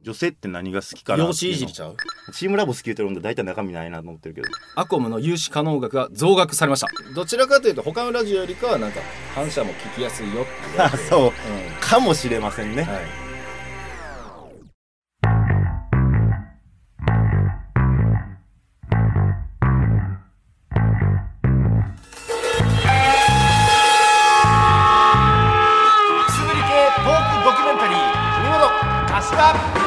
女性って何が好きかな。 容姿いじりちゃう。 チームラボ好き言うてるんで大体中身ないなと思ってるけど、 アコムの融資可能額が増額されました。どちらかというと他のラジオよりかはなんか反射も聞きやすいよって言われてそう、かもしれませんね。 はい。 くすぶり系トークドキュメンタリー見事柏。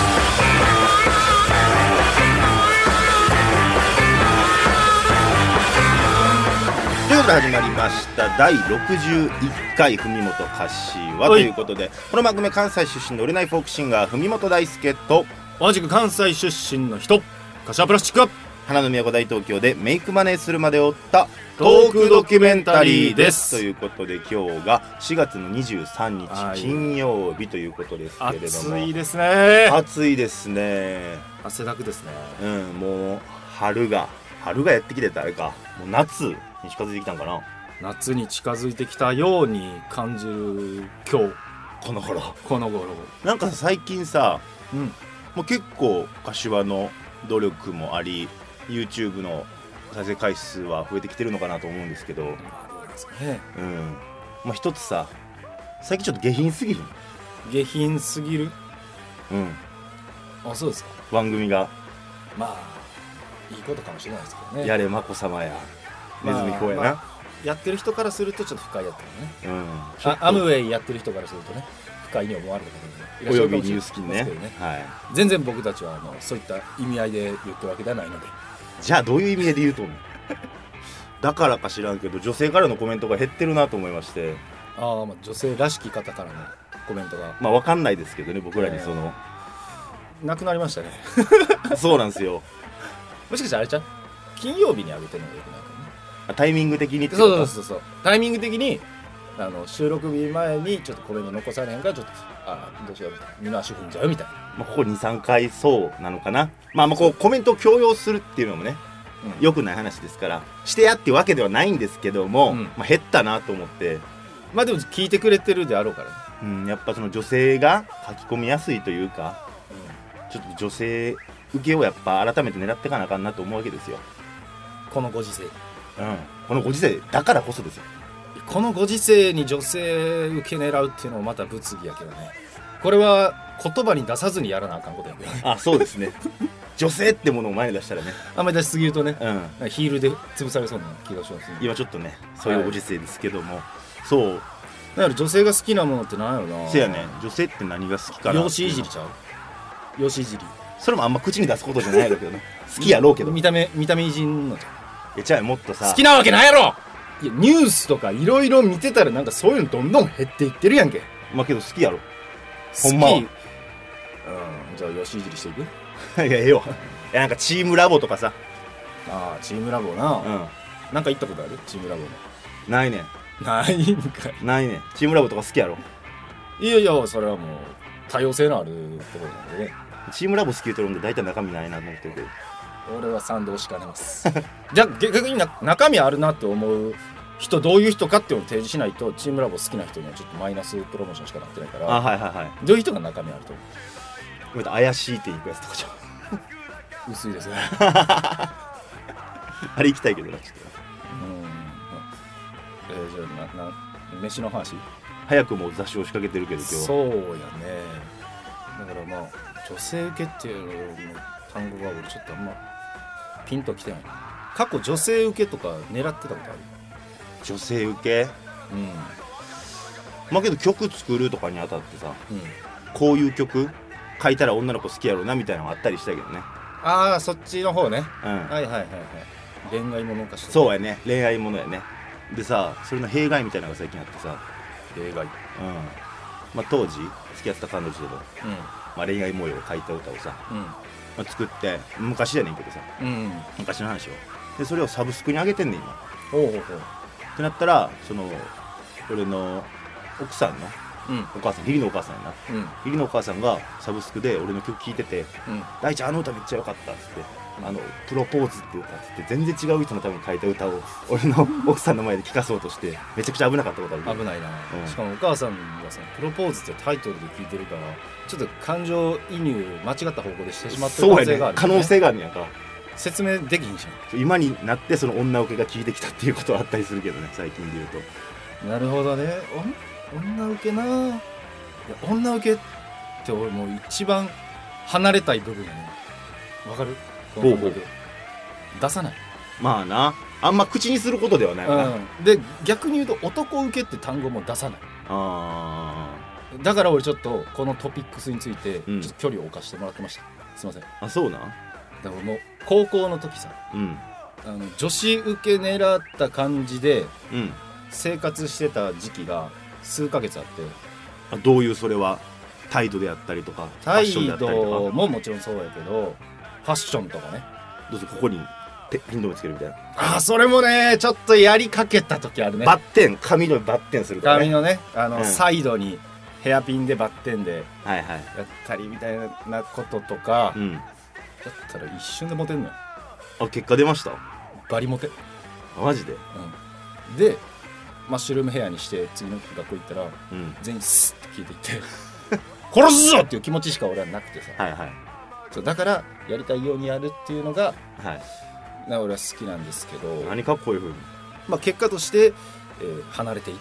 ということで始まりました第61回文元柏ということで、この番組は関西出身の売れないフォークシンガー文元大輔と同じく関西出身の人、柏プラスチックが花の都大東京でメイクマネーするまでを追ったトークドキュメンタリーです。ということで今日が4月の23日金曜日ということですけれども、 暑いですね。 暑いですね。 汗だくですね。 もう春がやってきてたあれか、もう夏に近づいてきたんかな。 夏に近づいてきたように感じる今日この頃なんか最近さ、もう結構柏の努力もあり YouTube の再生回数は増えてきてるのかなと思うんですけど、まあ一つさ、最近ちょっと下品すぎる。 あ、そうですか。 番組がまあいいことかもしれないですけどね。 やれ眞子さまやネズミ子やな、 やってる人からするとちょっと不快やったのね。 アアムウェイやってる人からするとね、不快に思われる方もいらっしゃるかもしれないですけどね。全然僕たちはそういった意味合いで言ってるわけではないので。 じゃあどういう意味合いで言うとんのだからか知らんけど女性からのコメントが減ってるなと思いまして。 まあ女性らしき方からのコメントがまあ分かんないですけどね、僕らにその、 なくなりましたねそうなんですよ。 もしかしたらあれちゃう、金曜日に上げてるのがよくないかな。 タイミング的にってこと。そうタイミング的に収録日前にちょっとコメント残されへんからちょっとどうしようみたいな、見直し踏んじゃうみたいな、 ここ 2,3 回そうなのかな。まあこうコメントを強要するっていうのもね、良くない話ですからしてやっていうわけではないんですけども、減ったなと思って。 まあでも聞いてくれてるであろうからね。 やっぱその女性が書き込みやすいというか、ちょっと女性受けをやっぱ改めて狙っていかなあかんなと思うわけですよ。 このご時世、 このご時世だからこそですよ。 このご時世に女性受け狙うっていうのもまた物議やけどね。これは言葉に出さずにやらなあかんことやけどね。 そうですね女性ってものを前に出したらね、 あんまり出しすぎるとね、ヒールで潰されそうな気がしますね。 今ちょっとねそういうご時世ですけども、そうだから女性が好きなものって何やろな。 せやね、女性って何が好きかな。 容姿いじりちゃう。容姿いじり、 それもあんま口に出すことじゃないだけどね好きやろうけど見た目いじんのじゃあもっとさ好きなわけないやろ。いやニュースとかいろいろ見てたらなんかそういうのどんどん減っていってるやんけ。 けど好きやろほんまは。じゃあよしいじりしていくいやええよ。いやなんかチームラボとかさ。 チームラボな、なんか行ったことある？チームラボの。 ないねん。 ないんかい。 ないねん。チームラボとか好きやろ。 いやそれはもう多様性のあるところなんでね。 チームラボ好き言うてるんで大体中身ないなと思ってるけど、 俺は賛同しかねますじゃあ逆に中身あるなって思う人どういう人かっていうのを提示しないと、チームラボ好きな人にはちょっとマイナスプロモーションしかなってないから。どういう人が中身あると思う？ 怪しいっていくやつとかじゃん薄いですねあれ行きたいけどな、ちょっと。 じゃあ飯の話早くも雑誌を仕掛けてるけど今日。 そうやね。だから女性受けっていう単語が俺ちょっとあんまピンときてない。過去女性受けとか狙ってたことある？ 女性受け？けど曲作るとかにあたってさ、こういう曲書いたら女の子好きやろうなみたいなのがあったりしたけどね。 そっちの方ね。はい恋愛ものかしら。 そうやね、恋愛ものやね。でさ、それの弊害みたいなのが最近あってさ。 弊害。 当時付き合ってた彼女でも、恋愛模様を書いた歌をさ、作って昔やねんけどさ、昔の話をでそれをサブスクに上げてんねん今。ってなったら、その俺の奥さんのお母さん、義理のお母さんやな、義理のお母さんがサブスクで俺の曲聴いてて、大ちゃんあの歌めっちゃ良かったっつって、 プロポーズって歌って全然違う人のために書いた歌を俺の奥さんの前で聴かそうとしてめちゃくちゃ危なかったことある。 危ないな、しかもお母さんがさプロポーズってタイトルで聞いてるからちょっと感情移入間違った方向でしてしまってる可能性がある、ね、 可能性があるんやんか。 説明できひんじゃん。 今になってその女受けが効いてきたっていうことはあったりするけどね、最近で言うと。 なるほどね。女受けな。いや女受けって俺もう一番離れたい部分やね。わかる？ ほうほう。 出さない。 まあな、あんま口にすることではないな、 で逆に言うと男受けって単語も出さない。だから俺ちょっとこのトピックスについてちょっと距離を置かしてもらってました、すいません。 あ、そうなん。 だからもう高校の時さ、女子受け狙った感じで生活してた時期が数ヶ月あって、 どういう、それは態度であったりとか態度ももちろんそうやけどファッションとかね。 どうぞここにピン止めつけるみたいな。それもねちょっとやりかけた時あるね。 バッテン、髪のバッテンするとかね、 髪のねサイドにヘアピンでバッテンでやったりみたいなこととか、だったら一瞬でモテんのよ。 結果出ました。 バリモテ。 マジで。 でマッシュルームヘアにして次の日学校行ったら、全員スッて聞いていって殺すぞっていう気持ちしか俺はなくてさ、そうだからやりたいようにやるっていうのが、俺は好きなんですけど。 何かこういうふうに、 結果として、離れていった。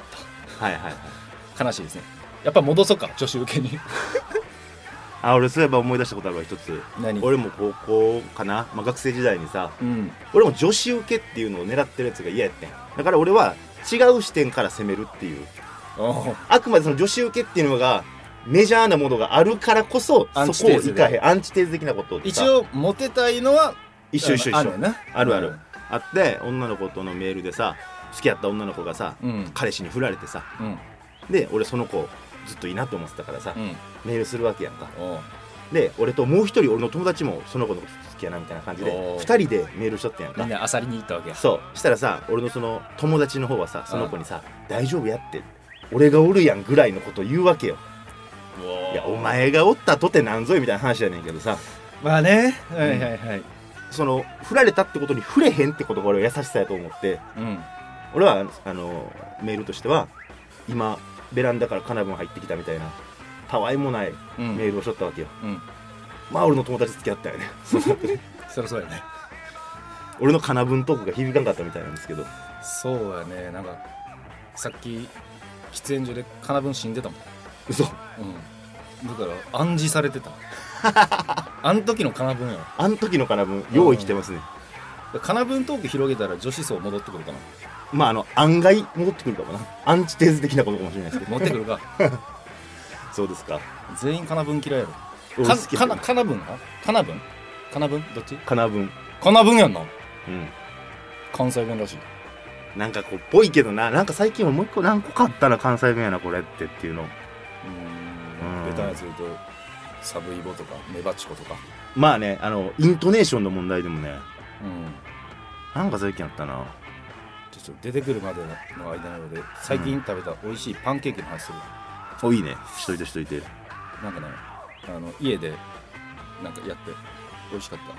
悲しいですね。やっぱ戻そうか女子受けに俺そういえば思い出したことあるわ一つ。俺も高校かな、学生時代にさ、俺も女子受けっていうのを狙ってるやつが嫌やってん。だから俺は違う視点から攻めるっていう、あくまでその女子受けっていうのがメジャーなものがあるからこそそこをいかへんアンチテーゼ的なことを一応モテたいのは一緒あるよね。 あるあって、女の子とのメールでさ、好きやった女の子がさ、彼氏に振られてさ、で俺その子ずっといいなと思ってたからさ、メールするわけやんか。で俺ともう一人俺の友達もその子のこと好きやなみたいな感じで2人でメールしとってんやんか。 みんな漁りに行ったわけや。 そうしたらさ、俺のその友達の方はさ、その子にさ大丈夫やって俺がおるやんぐらいのことを言うわけよ。いやお前がおったとてなんぞいみたいな話やねんけどさ、 まあね、 その振られたってことに触れへんってことが俺は優しさやと思って、俺はメールとしては今ベランダからカナブン入ってきたみたいなたわいもないメールをしとったわけよ。まあ俺の友達付き合ったよねそりゃそうやね。 俺のカナブントークが響かんかったみたいなんですけど。 そうやね。なんかさっき喫煙所でカナブン死んでたもん。 嘘。 だから暗示されてたあん時のカナブンや。 あん時のカナブンよう生きてますね。 カナブントーク広げたら女子層戻ってくるかな。 案外戻ってくるかもな。アンチテーゼ的なことかもしれないですけど。 戻ってくるかそうですか。 全員カナブン嫌いやろ。カナブンどっち？カナブンやんな。関西弁らしい。 なんかこうぽいけどな。なんか最近はもう一個何個かあったら関西弁やなこれっていうの。 ベタなやつ言うとサブイボとかメバチコとか。 まあね、イントネーションの問題でもね、なんか最近あったな。 ちょっと出てくるまでの間なので最近食べた美味しいパンケーキの話する。 いいね。しといて。 なんかね、家でなんかやって美味しかった。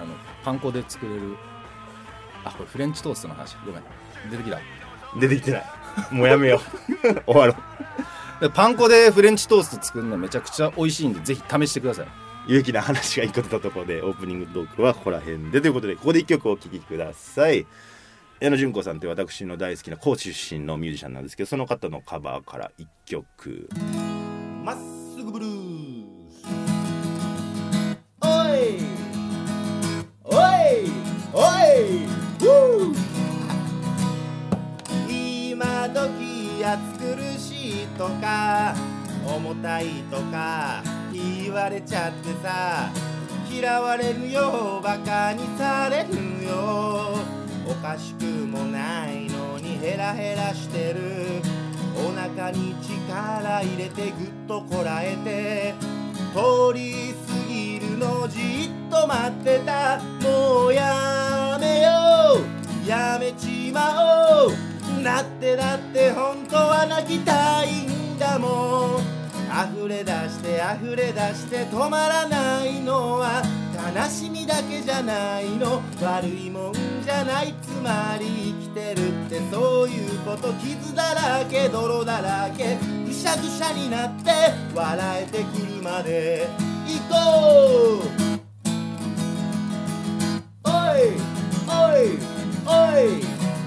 パン粉で作れる。これフレンチトーストの話。ごめん。出てきてない。 もうやめよう。終わろう。パン粉でフレンチトースト作るのめちゃくちゃ美味しいんでぜひ試してください。 有益な話が一個出たところでオープニングトークはここら辺でということで、ここで一曲お聴きください。矢野純子さんという私の大好きな高知出身のミュージシャンなんですけど、その方のカバーから一曲、まっすぐブルース。おいおいおい、今時暑苦しいとか重たいとか言われちゃってさ、嫌われるよ、バカにされるよ、おかしくもないのにヘラヘラしてる、お腹に力入れてぐっとこらえて、通り過ぎるのじっと待ってた、もうやめよう、やめちまおう、だって本当は泣きたいんだもん、溢れ出して止まらないのは悲しみだけじゃないの、悪いもんじゃない、つまり生きてるってそういうこと、傷だらけ泥だらけぐしゃぐしゃになって笑えてくるまで行こう。おいおいおい、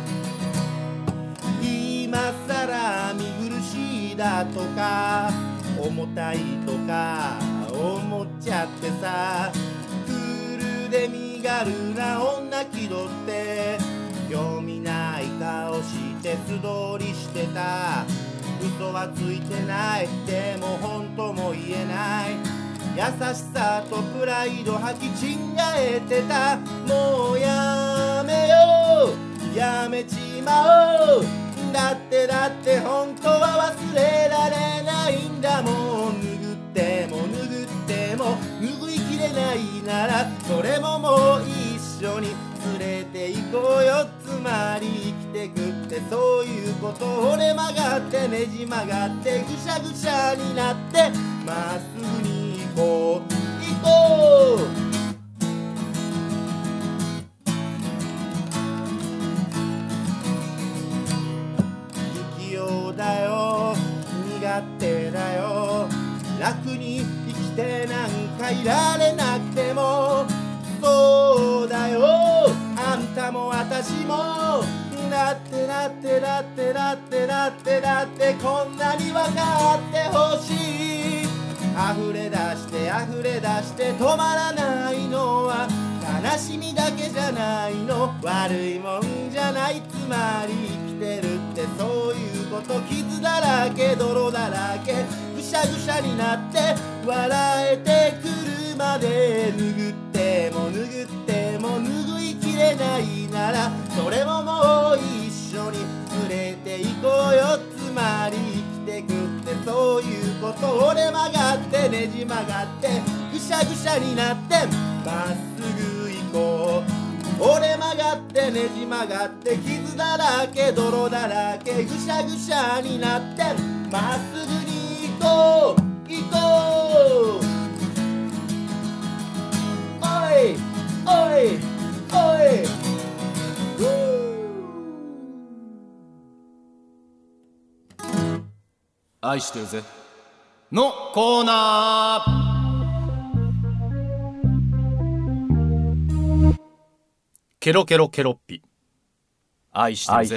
今さら見苦しいだとか重たいとか思っちゃってさ、クールで身軽な女気取って興味ない顔して素通りしてた、嘘はついてない、でも本当も言えない、優しさとプライド履き違えてた、もうやめようやめちまおう、だって本当は忘れられないんだもん、拭っても拭っても拭いきれないならそれももう一緒に連れて行こうよ、つまり生きてくってそういうこと、折れ曲がってねじ曲がってぐしゃぐしゃになってまっすぐに行こう行こう。不器用だよ苦手だよ、楽に生きてなんかいられなくても、そうだよあんたも私も、だってこんなに分かってほしい、溢れ出して止まらないのは悲しみだけじゃないの、悪いもんじゃない、つまり生きてるってそういうこと、傷だらけ泥だらけぐしゃぐしゃになって笑えてくるまで、拭っても拭いきれないならそれももう一緒に連れて行こうよ、つまり生きてくってそういうこと、折れ曲がってねじ曲がってぐしゃぐしゃになってまっすぐ行こう、折れ曲がってねじ曲がって傷だらけ泥だらけぐしゃぐしゃになってまっすぐに行こう行こう。おいおいおい、 愛してるぜのコーナー。ケロケロケロッピ、愛してるぜ。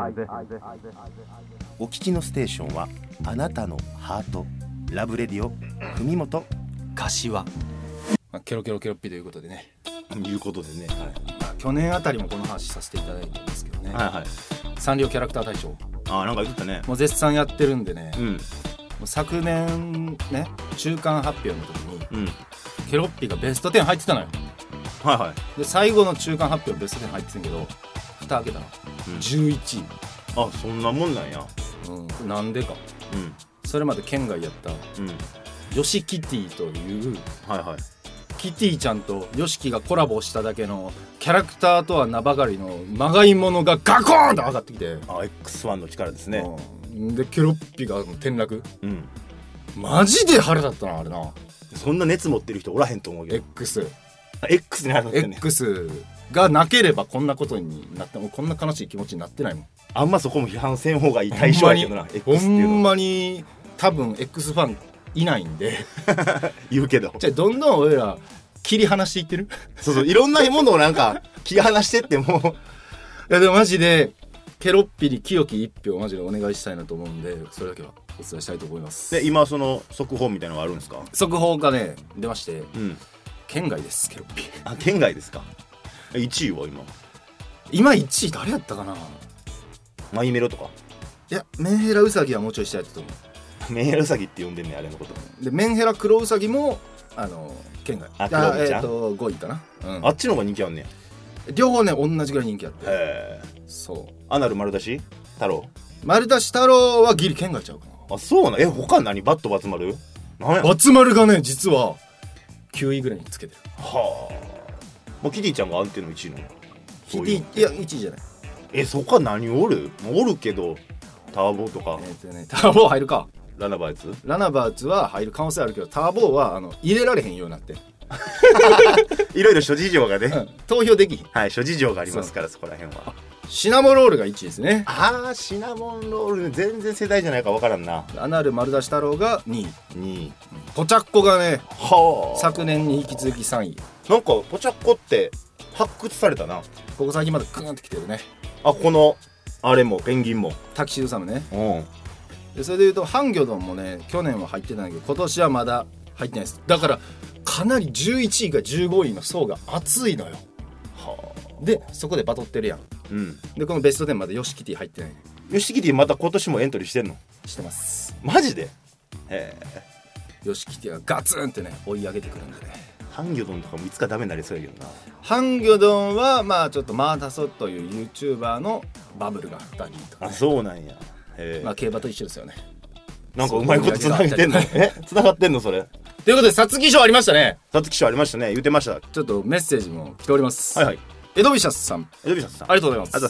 お聞きのステーションはあなたのハート、ラブレディオ文元柏、ケロケロケロッピということでね、 いうことでね、はい、 去年あたりもこの話させていただいたんですけどね、 はいはい、 サンリオキャラクター大賞、 なんか言ってたね、 もう絶賛やってるんでね、 うん、 もう昨年ね中間発表の時に、ケロッピがベスト10入ってたのよ。 はいはい、 で最後の中間発表ベスト10入ってたんけど蓋開けたの、11位。 あ、そんなもんなんや。 なんでか、それまで県外やった、ヨシキティという、キティちゃんとヨシキがコラボしただけのキャラクターとは名ばかりのまがいものがガコーンと上がってきて、 X1 の力ですね。 でケロッピが転落、マジで腹立ったなあれな。 そんな熱持ってる人おらへんと思うけど。X になってね。 X がなければこんなことになっても、こんな悲しい気持ちになってないもん。 あんまそこも批判せん方がいい対象やけどな。 ほんまに多分 X ファンいないんで言うけど、 じゃあどんどん俺ら切り離していってる。 そういろんなものをなんか切り離してってもいやでもマジでケロッピに清き一票マジでお願いしたいなと思うんで、それだけはお伝えしたいと思います。 で今その速報みたいなのがあるんですか？ 速報がね出まして、県外ですケロッピ。 県外ですか。1位は今1位誰やったかな。 マイメロとか。 いやメンヘラウサギはもうちょい下やったと思う。 メンヘラウサギって呼んでんねんあれのことで。メンヘラ黒ウサギも県外。 黒ちゃん 5位かな、 あっちの方が人気あんねん。両方ね同じぐらい人気あって。そうアナル丸出し太郎。 丸出し太郎はギリ県外ちゃうかな。 あ、そうな。他何バットバツ丸。 バツ丸がね実は9位ぐらいにつけてる。 はあ。もうキティちゃんが安定の1位なの。 キティいや1位じゃない。 そこは何おるけどターボとか、 ターボ入るか。 ラナバーツは入る可能性あるけど、ターボは入れられへんようになって。 いろいろ諸事情がね、うん、 投票できひん、 はい、諸事情がありますから、そこら辺は。 シナモンロールが1位ですね。 シナモンロール全然世代じゃないか分からんな。 アナル丸出し太郎が2位、ポチャッコがね、昨年に引き続き3位。 なんかポチャッコって発掘されたな、 ここ最近までクーンってきてるね。 このあれもペンギンもタキシードサムね。でそれでいうとハンギョドンもね、去年は入ってないけど今年はまだ入ってないです。だからかなり11位が15位の層が厚いのよ。でそこでバトってるやん、うん、でこのベスト10までヨシキティ入ってないね。 ヨシキティまた今年もエントリーしてんの？ してます。 マジで？へえ。 ヨシキティがガツンってね追い上げてくるんでね。 ハンギョドンとかもいつかダメになりそうやけどな。 ハンギョドンはまあちょっとマータソという YouTuber のバブルがあったりとか、ね、 そうなんや。 まあ競馬と一緒ですよね。 なんかうまいことつなげてんの？つながってんのそれ？ ということで皐月賞ありましたね。 皐月賞ありましたね。言ってました。 ちょっとメッセージも来ております。 はいはい。 エドビシャスさん、 エドビシャスさん、 ありがとうございます。 ありがとうございます。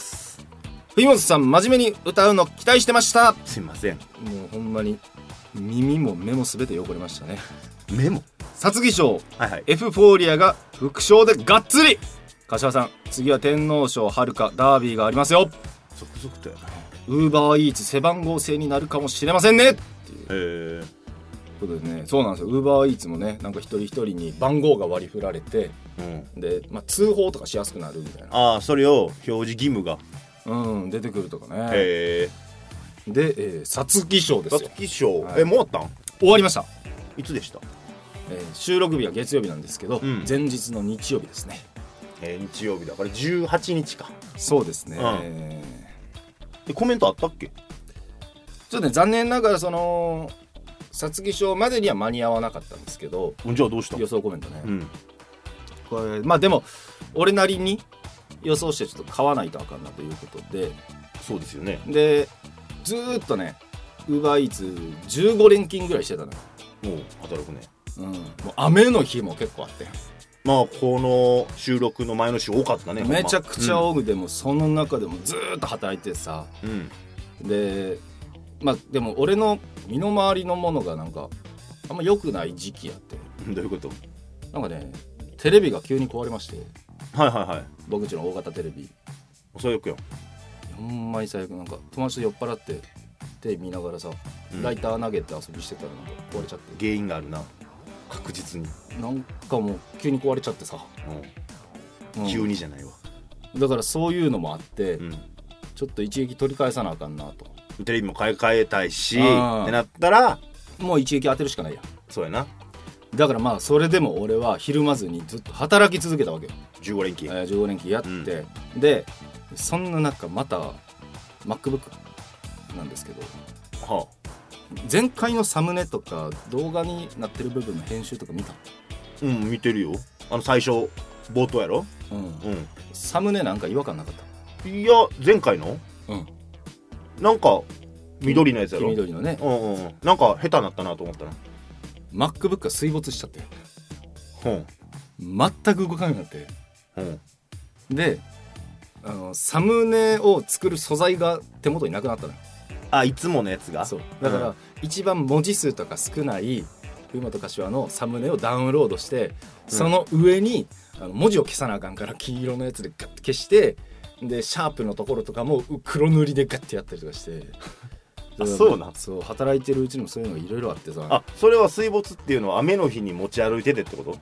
冬本さん、真面目に歌うの期待してました。 すいません。 もうほんまに耳も目もすべて汚れましたね。 目も皐月賞、 はいはい、 エフフォーリアが副賞でがっつり。柏さん、次は天皇賞はるかダービーがありますよ。 続々とやな。 ウーバーイーツ背番号制になるかもしれませんねっていうことでね。そうなんですよ。ウーバーイーツもね、なんか一人一人に番号が割り振られて、うん、で、通報とかしやすくなるみたいな。 それを表示義務が出てくるとかね。で、皐月賞ですよ。 皐月賞、はい、もう終わったん？ 終わりました。 いつでした？ 収録日は月曜日なんですけど、うん、前日の日曜日ですね。 日曜日だから18日か。 そうですね。 コメントあったっけ？ ちょっとね、残念ながらその皐月賞までには間に合わなかったんですけど。 じゃあどうした？ 予想コメントね、うん、これまあでも俺なりに予想してちょっと買わないとあかんなということで。 そうですよね。 でずーっとね、ウーバーイーツ15連勤ぐらいしてたのよ。 もう働くね。 もう雨の日も結構あって、 まあこの収録の前の週多かったね。 めちゃくちゃ多く、でもその中でもずーっと働いてさ、でまあでも俺の身の回りのものがなんかあんま良くない時期やって。 どういうこと？ なんかね、テレビが急に壊れまして。 はいはいはい。 僕んちの大型テレビ。 最悪よ。 ほんまに最悪。なんか友達と酔っ払ってテレビ見ながらさ、ライター投げて遊びしてたらなんか壊れちゃって。 原因があるな、確実に。なんかもう急に壊れちゃってさ、 急にじゃないわ。 だからそういうのもあって、ちょっと一撃取り返さなあかんなと。 テレビも買い替えたいしってなったらもう一撃当てるしかないや。 そうやな。 だからまあそれでも俺はひるまずにずっと働き続けたわけよ。 15連勤、 15連勤やって、でそんな中また MacBook なんですけど、前回のサムネとか動画になってる部分の編集とか見た？ 見てるよ。最初冒頭やろ。 サムネなんか違和感なかった？ いや前回のなんか緑のやつやろ。 緑のね。 なんか下手なったなと思ったな。 MacBook が水没しちゃって、全く動かなくなって、でサムネを作る素材が手元になくなったの。 いつものやつが。 そうだから、一番文字数とか少ない冬本柏のサムネをダウンロードして、その上に文字を消さなあかんから黄色のやつでガッて消して、でシャープのところとかも黒塗りでガッてやったりとかしてそうなん。 そう働いてるうちにもそういうのがいろいろあってさ。 それは水没っていうのは雨の日に持ち歩いててってこと？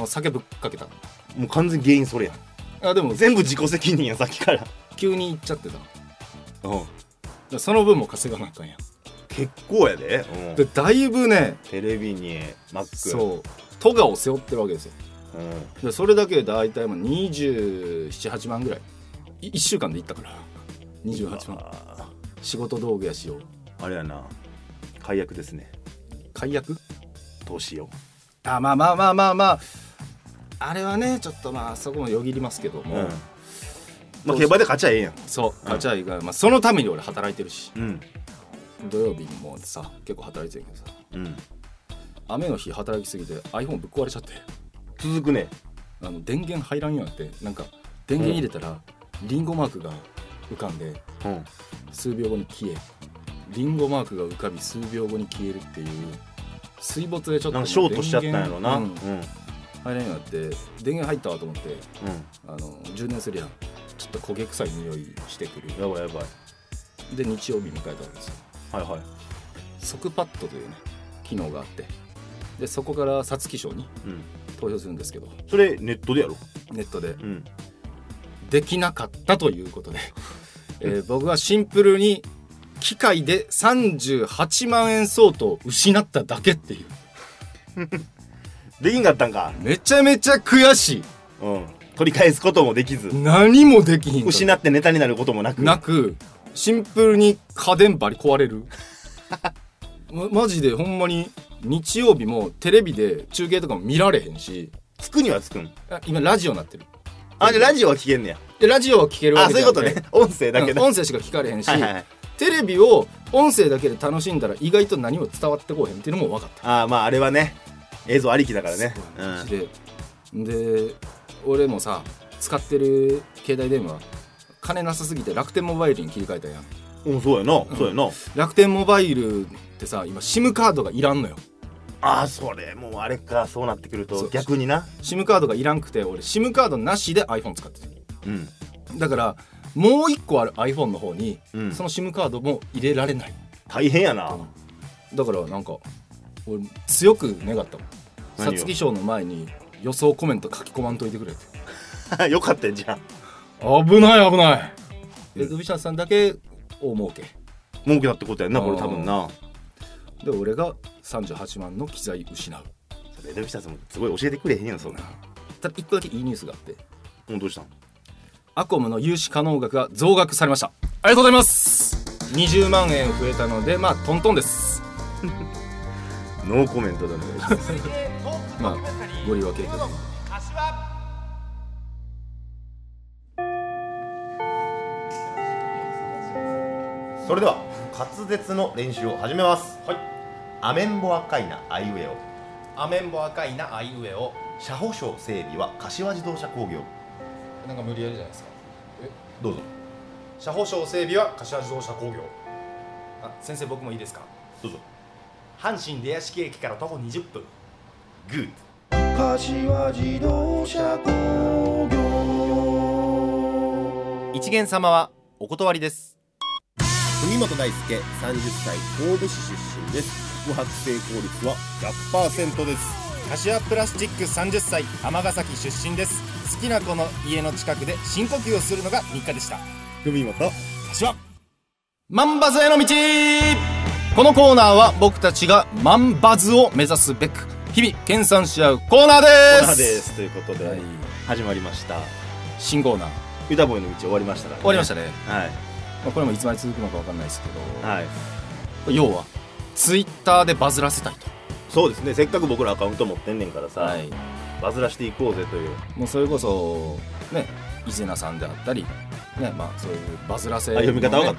酒ぶっかけた。 もう完全原因それやん。でも全部自己責任やさっきから急に行っちゃってた。その分も稼がなあかんやん。 結構やで。 でだいぶね、 テレビに Mac そうトガを背負ってるわけですよ。でそれだけでだいたい27、8万ぐらい1週間でいったから28万。仕事道具やしよう。 あれやな、解約ですね。 解約？ 投資よ。 まああれはねちょっとそこもよぎりますけども、 競馬で勝ちゃええやん。 そう勝ちゃええが、そのために俺働いてるし、土曜日もさ結構働いてるけどさ、雨の日働きすぎて iPhone ぶっ壊れちゃって。 続くね。 電源入らんようになって、なんか電源入れたらリンゴマークが浮かんで、数秒後に消え、リンゴマークが浮かび数秒後に消えるっていう水没でちょっと、 なんかショートしちゃったんやろな。 入れんようになって電源入ったわと思って、充電するやん、ちょっと焦げ臭い匂いしてくる。 やばいやばい。で日曜日迎えたんですよ。 はいはい。 即パッドというね機能があって、でそこから皐月賞に投票するんですけど、 それネットでやろ？ ネットで、できなかったということで、僕はシンプルに機械で38万円相当失っただけっていうできんかったんか。 めちゃめちゃ悔しい。 取り返すこともできず、 何もできひん、 失ってネタになることもなくシンプルに家電針壊れるマジでほんまに日曜日もテレビで中継とかも見られへんし。 つくにはつくん。 今ラジオになってる。 じゃあラジオは聞けんねや。 でラジオは聞けるわけじゃなくて、 そういうことね。音声だけだ、 音声しか聞かれへんし、テレビを音声だけで楽しんだら意外と何も伝わってこうへんっていうのも分かった。 まああれはね映像ありきだからね。 で俺もさ使ってる携帯電話金なさすぎて楽天モバイルに切り替えたやん。 そうやな、そうやな。 楽天モバイルってさ今 SIM カードがいらんのよ。 それもうあれか。そうなってくると逆にな SIM カードがいらんくて、俺 SIM カードなしで iPhone 使ってる。だからもう一個ある iPhone の方に、その SIM カードも入れられない。 大変やな。 だからなんか俺強く願ったもん。皐月賞の前に予想コメント書き込まんといてくれってよかったんじゃん。 危ない危ない。ウビシャさんだけ大儲けだってことやんなこれ多分な。 で俺が38万の機材失う。 それウビシャさんもすごい教えてくれへんやんそんな。 ただ1個だけいいニュースがあって。 どうしたん？ アコムの融資可能額が増額されました。ありがとうございます。20万円増えたのでトントンですノーコメントだねご利用経験。 それでは滑舌の練習を始めます。アメンボ赤いなあいうえお。 アメンボ赤いなあいうえお。 車保証整備は柏自動車工業。 なんか無理やりじゃないですか。 どうぞ。 車保証整備は柏自動車工業。先生僕もいいですか？ どうぞ。 阪神出屋敷駅から徒歩20分。 グッド。柏自動車工業。 一元様はお断りです。 文本大輔30歳神戸市出身です。宿泊成功率は 100% です。 柏プラスチック30歳尼崎出身です。好きな子の家の近くで深呼吸をするのが日課でした。 文本柏万バズへの道。このコーナーは僕たちが万バズを目指すべく日々研鑽し合うコーナーです。 ということで、始まりました新コーナー歌声の道終わりましたからね。 終わりましたね。これもいつまで続くのか分かんないですけど、要はツイッターでバズらせたいと。 そうですね。せっかく僕らアカウント持ってんねんからさ、バズらしていこうぜという。 もうそれこそね伊勢名さんであったりね、そういうバズらせ、 読み方分かった？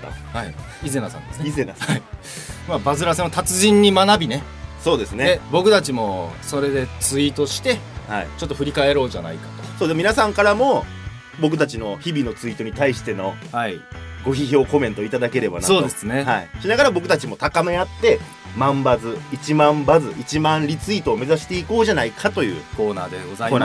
伊勢名さんですね。 伊勢名さんバズらせの達人に学びね。 そうですね。 で僕たちもそれでツイートして、ちょっと振り返ろうじゃないかと。 そうで皆さんからも僕たちの日々のツイートに対しての、ご批評コメントいただければなと。 そうですね。 しながら僕たちも高め合って万バズ1万バズ1万リツイートを目指していこうじゃないかというコーナーでございます。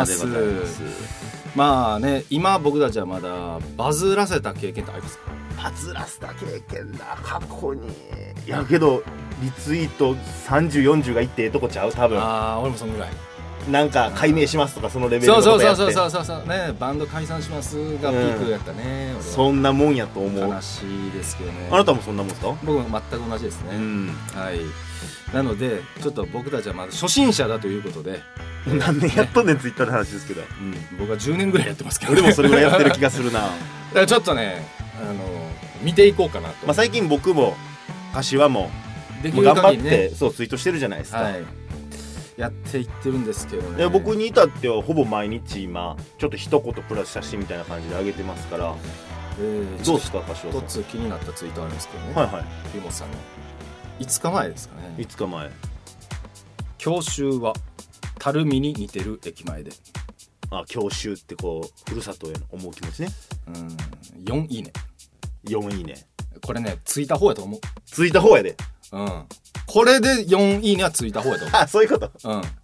今僕たちはまだバズらせた経験ってありますか？ バズらせた経験だ過去に。いやけどリツイート30、40がいってとこちゃう多分。 俺もそのぐらい。 なんか解明しますとかそのレベルのことやって。 そうね、バンド解散しますがピークやったね。 そんなもんやと思う。 悲しいですけどね。 あなたもそんなもんですか？ 僕も全く同じですね。なのでちょっと僕たちはまだ初心者だということで。 何年やっとんねんツイッターの話ですけど、 僕は10年ぐらいやってますけど、 俺もそれぐらいやってる気がするな。だからちょっとね見ていこうかなと。 最近僕も柏もできる限りね、 頑張ってツイートしてるじゃないですか。 やっていってるんですけどね。 僕に至ってはほぼ毎日今ちょっと一言プラス写真みたいな感じで上げてますから、どうですか柏さん。 一つ気になったツイートあるんですけどね。湯本さんの5日前ですかね。 5日前。 教習は垂水に似てる駅前で。 教習ってこうふるさとへの思う気持ちね。 4いいね。 4いいね。 これねついた方やと思う。 ついた方やで。 これで4いいねはついた方やと思う。 そういうこと。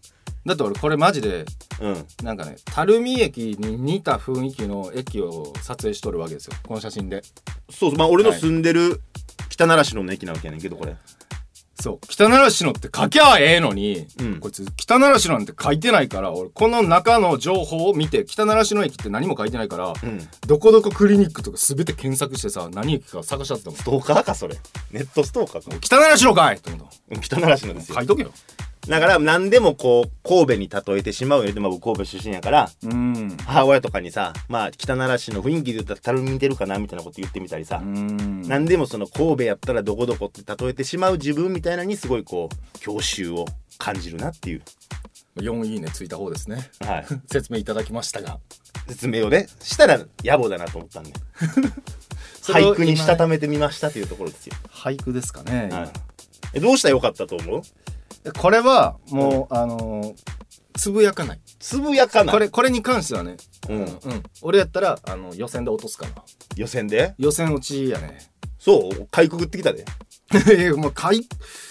だって俺これマジでうん、 なんかね垂水駅に似た雰囲気の駅を撮影しとるわけですよこの写真で。 そう、まあ俺の住んでる北習志野の駅なわけやねんけど、これそう北習志野って書きゃええのに、 うん、 こいつ北習志野なんて書いてないから、俺この中の情報を見て北習志野駅って何も書いてないから、 うん、 どこどこクリニックとか全て検索してさ何駅か探しちゃってたもん。 ストーカーかそれ、ネットストーカーか。 北習志野かいって思った。 北習志野ですよ。 書いとけよ。 だから何でもこう神戸に例えてしまうよ。でも僕神戸出身やから、母親とかにさ、まあ北習志の雰囲気で言ったらたるみ似てるかなみたいなこと言ってみたりさ、何でもその神戸やったらどこどこって例えてしまう自分みたいなのにすごいこう郷愁を感じるなっていう。 4いいねついた方ですね。 はい。 説明いただきましたが、 説明をねしたら野暮だなと思ったんで俳句にしたためてみましたというところですよ。 俳句ですかね。 はい、どうしたらよかったと思う？ これはもう、つぶやかない。 つぶやかない。 これに関してはね、俺やったら予選で落とすかな。 予選で？ 予選落ちやね。 そうかいくぐってきたで。 もうかい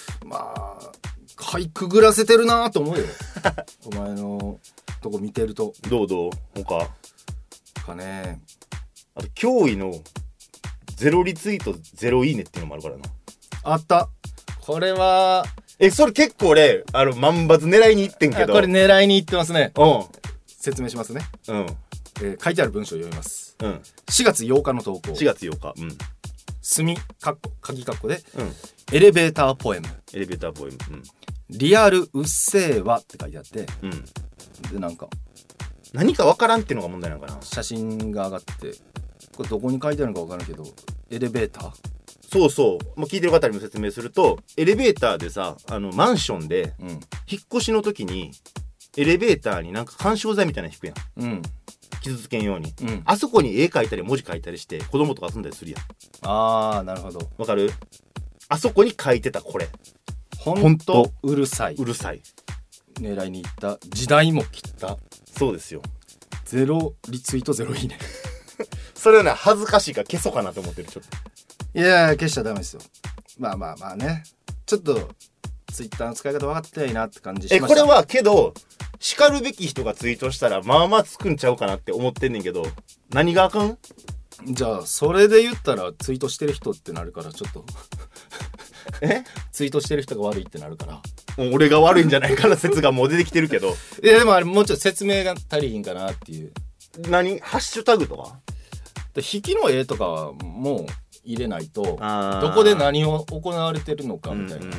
くぐらせてるなと思うよ。お前のとこ見てると。 どう他かね。 あと驚異の0リツイート0いいねっていうのもあるからな。 あった。これはそれ結構俺万抜狙いにいってんけど。 これ狙いにいってますね。 うん。 説明しますね。 うん。 書いてある文章を読みます。 うん。 4月8日の投稿。 4月8日。うん。 墨鍵括弧で、 うん。 エレベーターポエム。 エレベーターポエム。うん。 リアルうっせーわって書いてあって、 うん。 でなんか何かわからんっていうのが問題なのかな。 写真が上がって、これどこに書いてあるのかわからんけど、エレベーター。 そうそう。もう聞いてる方にも説明すると、エレベーターでさ、マンションで、 うん、 引っ越しの時に、エレベーターになんか緩衝材みたいなの引くやん。 うん。 傷つけんように。 うん。 あそこに絵描いたり文字書いたりして、子供とか遊んだりするやん。 あー、なるほど。 わかる？あそこに書いてたこれ。 ほんとうるさい。 うるさい。 狙いに行った。時代も切った。 そうですよ。 0リツイート0いいね。 それはね、恥ずかしいから消そうかなと思ってる、ちょっと。 いや消しちゃダメですよ。まあね、ちょっとツイッターの使い方分かってないなって感じしました。 これはけど叱るべき人がツイートしたらまあまあつくんちゃうかなって思ってんねんけど、何があかん？ じゃあそれで言ったらツイートしてる人ってなるから、ちょっとツイートしてる人が悪いってなるから、 もう俺が悪いんじゃないかな説がもう出てきてるけど。 いやでもあれもうちょっと説明が足りひんかなっていう。 何？ハッシュタグとかで引きの絵とかはもう入れないと、どこで何を行われてるのかみたいな。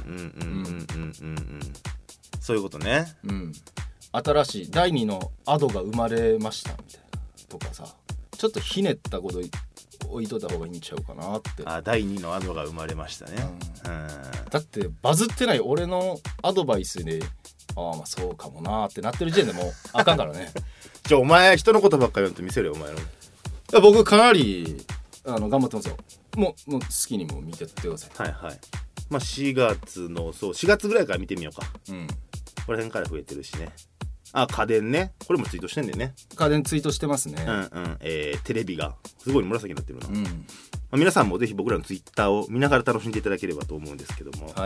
そういうことね。 うん。新しい第2のアドが生まれましたみたいなとかさ、ちょっとひねったこと置いといた方がいいんちゃうかなって。 第2のアドが生まれましたね。 だってバズってない俺のアドバイスで、まあそうかもなってなってる時点でもうあかんからね。 お前人のことばっかり言うと見せるよお前の。 いや僕かなり頑張ってますよ。もう好きにも見てってください。 はいはい。まあ4月の4月ぐらいから見てみようか。 うん。 この辺から増えてるしね。家電ね。これもツイートしてんだよね。 家電ツイートしてますね。 テレビがすごい紫になってるな。 うん。 皆さんもぜひ僕らのツイッターを見ながら楽しんでいただければと思うんですけども。 はい。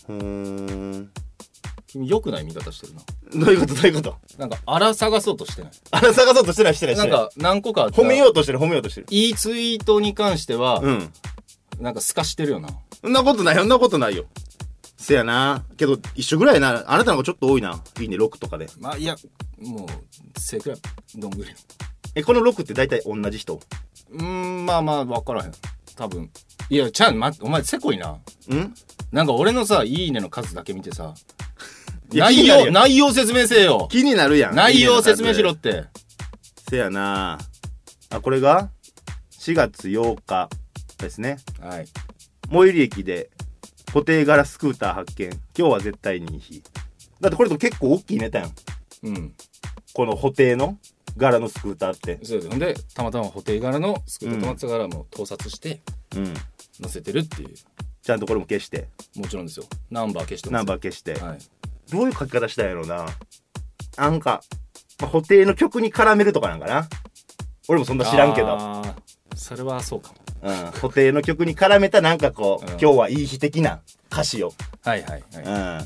君良くない見方してるな。 どういうことなんか荒探そうとしてない。 荒探そうとしてないなんか何個か褒めようとしてる。 いいツイートに関しては、なんか透かしてるよな。 そんなことないよ。せやな。けど一緒ぐらいな。あなたの方がちょっと多いな。いいね6とかで。 まあいやもうせいくらいどんぐらい。 この6って大体同じ人？ まあ分からへん。多分。いやお前せこいな。なんか俺のさいいねの数だけ見てさ。内容説明せよ。 気になるやん。 内容説明しろって。 せやな。これが4月8日ですね。 はい。 最寄り駅で固定ガラススクーター発見。今日は絶対にいい日。だってこれと結構大きいネタやん。 うん。 この固定の柄のスクーターって。 そうです。でたまたま固定柄のスクーター止まってたからもう盗撮して載せてるっていう。 ちゃんとこれも消して。 もちろんですよ。ナンバー消してます。 ナンバー消して。 はい。 どういう書き方したんやろうな。なんか、固定の曲に絡めるとかなんかな。俺もそんな知らんけど。 それはそうかも。 固定の曲に絡めたなんかこう、今日はいい日的な歌詞を。 はい。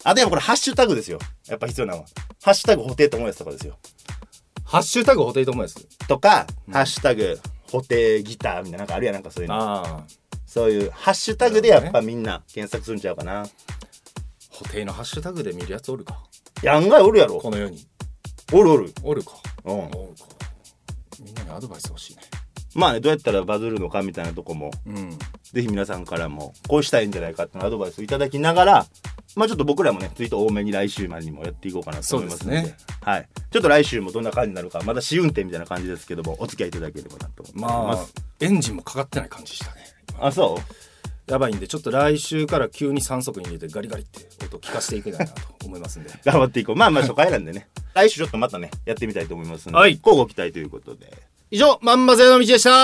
あとやっぱこれハッシュタグですよ。やっぱ必要なのはハッシュタグ布袋寅泰とかですよ。 ハッシュタグ布袋寅泰とか、ハッシュタグ布袋ギターみたいななんかあるやん、なんかそういうの。 あそういうハッシュタグでやっぱみんな検索するんちゃうかな。 布袋のハッシュタグで見るやつおるか。 いや案外おるやろ。 この世におるおるおるか。 うん。 おるか。みんなにアドバイス欲しいね。 まあね、どうやったらバズるのかみたいなとこも、ぜひ皆さんからもこうしたいんじゃないかっていうアドバイスをいただきながら、まあちょっと僕らもねツイート多めに来週までにもやっていこうかなと思いますので、 そうですね。 はい。ちょっと来週もどんな感じになるか、まだ試運転みたいな感じですけども、お付き合いいただければなと思います。 エンジンもかかってない感じしたね。 あ、そうやばいんで、ちょっと来週から急に3速に入れてガリガリって音を聞かせていけないなと思いますんで頑張っていこう。まあ初回なんでね来週ちょっとまたねやってみたいと思いますので、 はい、 乞うご期待ということで、 以上まんまぜの道でした。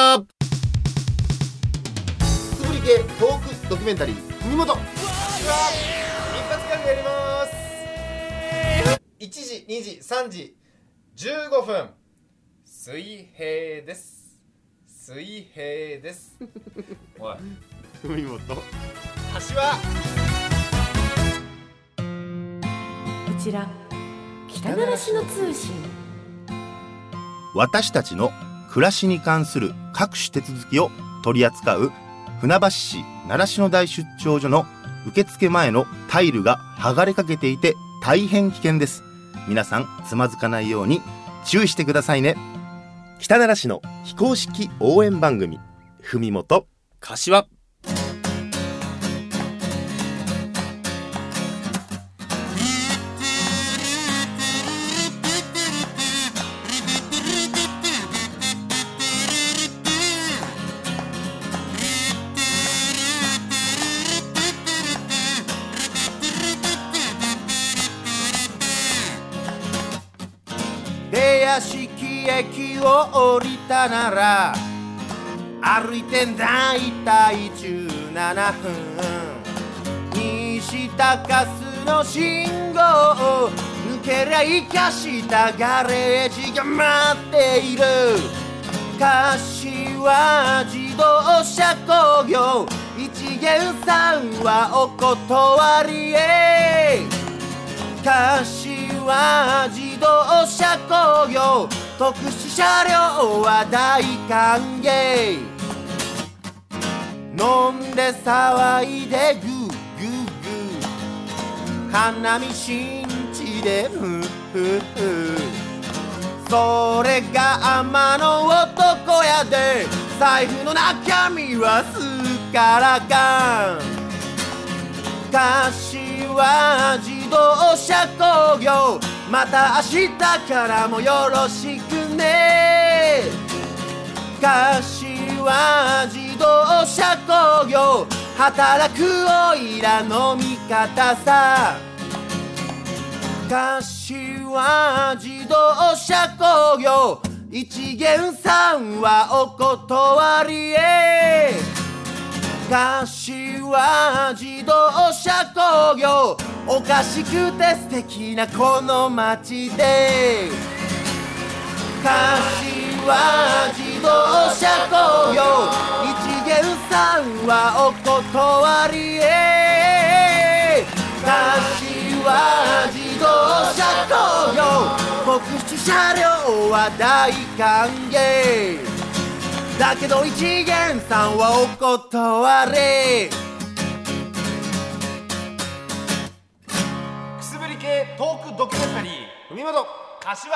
つぶり系トークドキュメンタリー文元、 一発ギャグやります。1時2時3時15分水平です。水平ですおい文元柏こちら北習志野通信。 私たちの暮らしに関する各種手続きを取り扱う船橋市習志野大出張所の受付前のタイルが剥がれかけていて大変危険です。皆さんつまずかないように注意してくださいね。北習志野非公式応援番組文元柏。 出屋敷駅を降りたなら歩いてだいたい17分、西高須の信号を抜けりゃいかしたガレージが待っている。柏自動車工業一元さんはお断りへ。柏自動車工業特殊車両は大歓迎。飲んで騒いでグーグーグー、花見新地でフフフ、それが天の男やで、財布の中身はスカラカン。柏自動車工業また明日からもよろしくね。柏自動車工業働くおいらの味方さ。柏自動車工業一元さんはお断りへ。柏自動車工業おかしくて素敵なこの街で。柏自動車工業一元さんはお断りへ。柏自動車工業特殊車両は大歓迎だけど一元さんはお断り。 くすぶり系トークドキュメンタリー文元柏。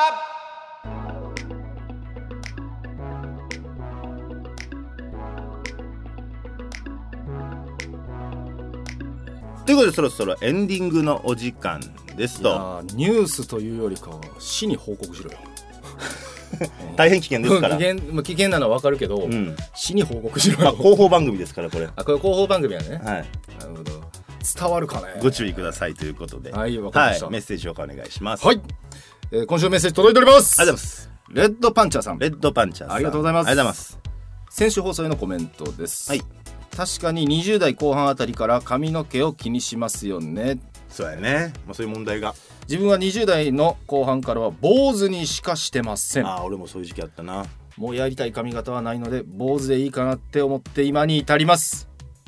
ということでそろそろエンディングのお時間ですと。 ニュースというよりかは市に報告しろよ大変危険ですから危険なのは分かるけど、市に報告しろよ、 広報番組ですからこれ。 これ広報番組やね。 はい、 なるほど。伝わるかね。 ご注意くださいということで、 はい分かりました、 メッセージをお願いします。 はい、今週メッセージ届いております。 ありがとうございます。 レッドパンチャーさん。 レッドパンチャーさんありがとうございます。 ありがとうございます。 先週放送へのコメントです。 はい。 確かに20代後半あたりから髪の毛を気にしますよね。 そうやね、そういう問題が。 自分は20代の後半からは坊主にしかしてません。 俺もそういう時期あったな。 もうやりたい髪型はないので坊主でいいかなって思って今に至ります。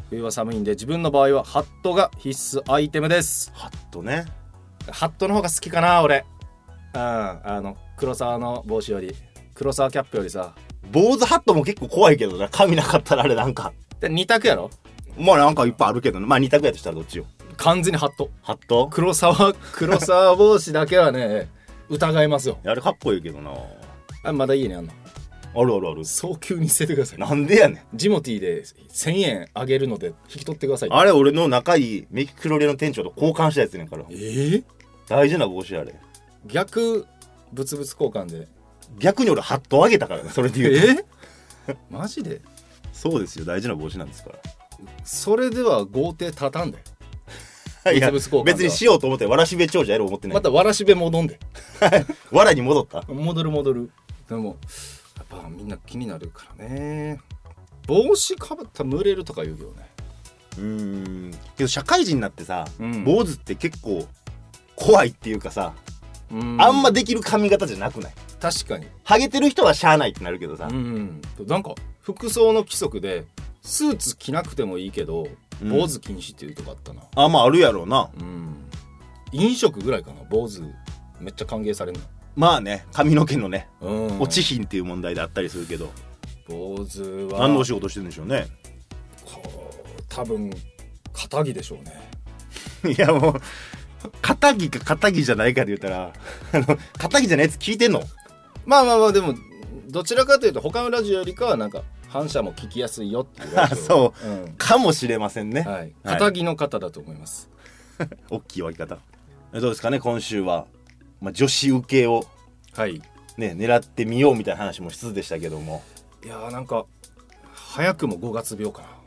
冬は寒いんで自分の場合はハットが必須アイテムです。 ハットね。 ハットの方が好きかな俺。黒沢の帽子より黒沢キャップよりさ。 坊主ハットも結構怖いけどな、髪なかったらあれなんかで2択やろ。 まあなんかいっぱいあるけど、まあ2択やとしたらどっちよ。 完全にハット。 ハット黒沢帽子だけはね疑いますよ。 あれかっこいいけどな。 まだ家にあんの。 あるあるある。 早急に捨ててください。 なんでやねん。 ジモティーで1000円あげるので引き取ってください。 あれ俺の仲いいメキクロレの店長と交換したやつねんから。大事な帽子あれ。 逆物々交換で。 逆に俺ハットあげたからね、それで言うと。マジで。 そうですよ、大事な帽子なんですから。 それでは豪邸畳んで。 いや別にしようと思ってわらしべ長者やろう思ってない。 またわらしべ戻んで。 わらに戻った。 戻る。でもやっぱみんな気になるからね。帽子かぶったら蒸れるとか言うけどね。 けど社会人になってさ、坊主って結構怖いっていうかさ、あんまできる髪型じゃなくない？ 確かに。 ハゲてる人はしゃあないってなるけどさ、 なんか服装の規則でスーツ着なくてもいいけど坊主禁止っていうとこあったな。 まああるやろうな。 飲食ぐらいかな、坊主めっちゃ歓迎されるの。 まあね、髪の毛のね、落ちひんっていう問題であったりするけど。 坊主は何のお仕事してるんでしょうね。 多分肩着でしょうね。 いやもう肩着か肩着じゃないかで言ったら肩着じゃないやつ聞いてんの？ まあでもどちらかというと他のラジオよりかはなんか反射も聞きやすいよっていうラジオ。 そう、かもしれませんね。 はい、肩着の方だと思います。 大きい分け方。どうですかね今週は、女子受けをね狙ってみようみたいな話もしつつでしたけども。 いやーなんか早くも5月病かな。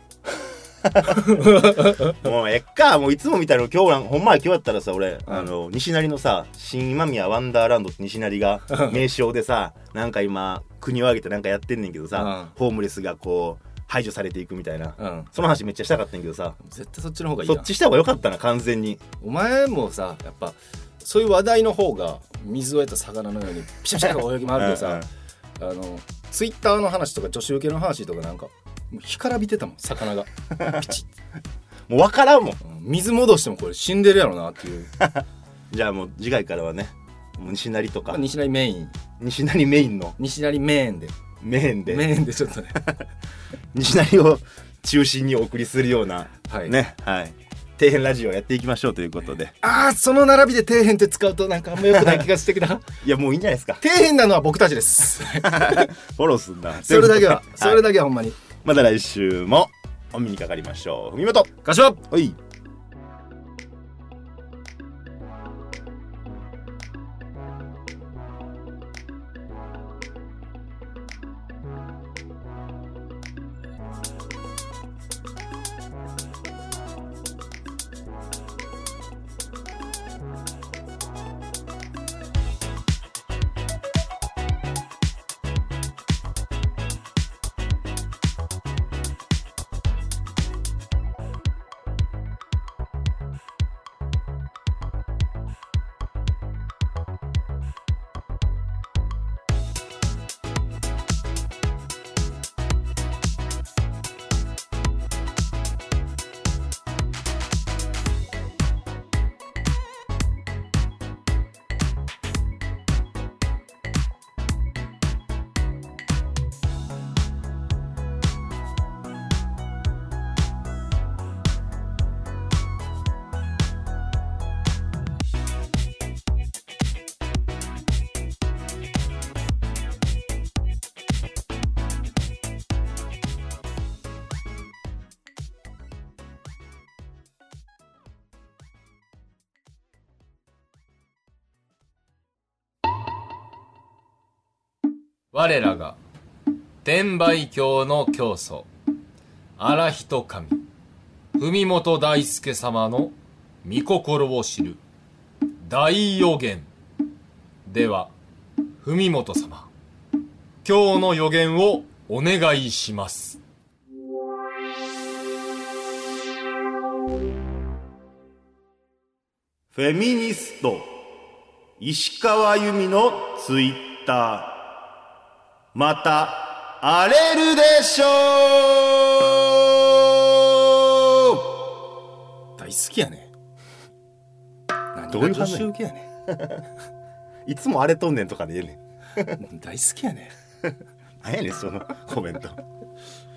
もうもういつもみたいな今日ほんまは今日やったらさ俺、西成のさ新今宮ワンダーランドって西成が名称でさなんか今国を挙げてなんかやってんねんけどさ、ホームレスがこう排除されていくみたいな、その話めっちゃしたかったんやけどさ、 絶対そっちの方がいいな。 そっちした方が良かったな完全に。 お前もさやっぱそういう話題の方が水を得た魚のようにピシャピシャと泳ぎ回るけどさツイッターの話とか女子受けの話とかなんか干からびてたもん魚がピチッもう分からんもん、 水戻してもこれ死んでるやろなっていうじゃあもう次回からはねもう西成とか西成メイン西成メインの西成メーンでちょっとね西成を中心にお送りするような、ね底辺ラジオやっていきましょうということで。 その並びで底辺って使うとなんかあんま良くない気がしてきた。 いやもういいんじゃないですか。 底辺なのは僕たちです。 フォローすんだ。 それだけはほんまに。 また来週もお目にかかりましょう。文元柏はい。 我らが天売教の教祖荒人神文本大輔様の御心を知る大予言では、文本様今日の予言をお願いします。 フェミニスト石川由美のツイッターまた荒れるでしょう。 大好きやね。 どういう話受けやねいつもあれとんねんとかで言えねん大好きやねん何やねんそのコメント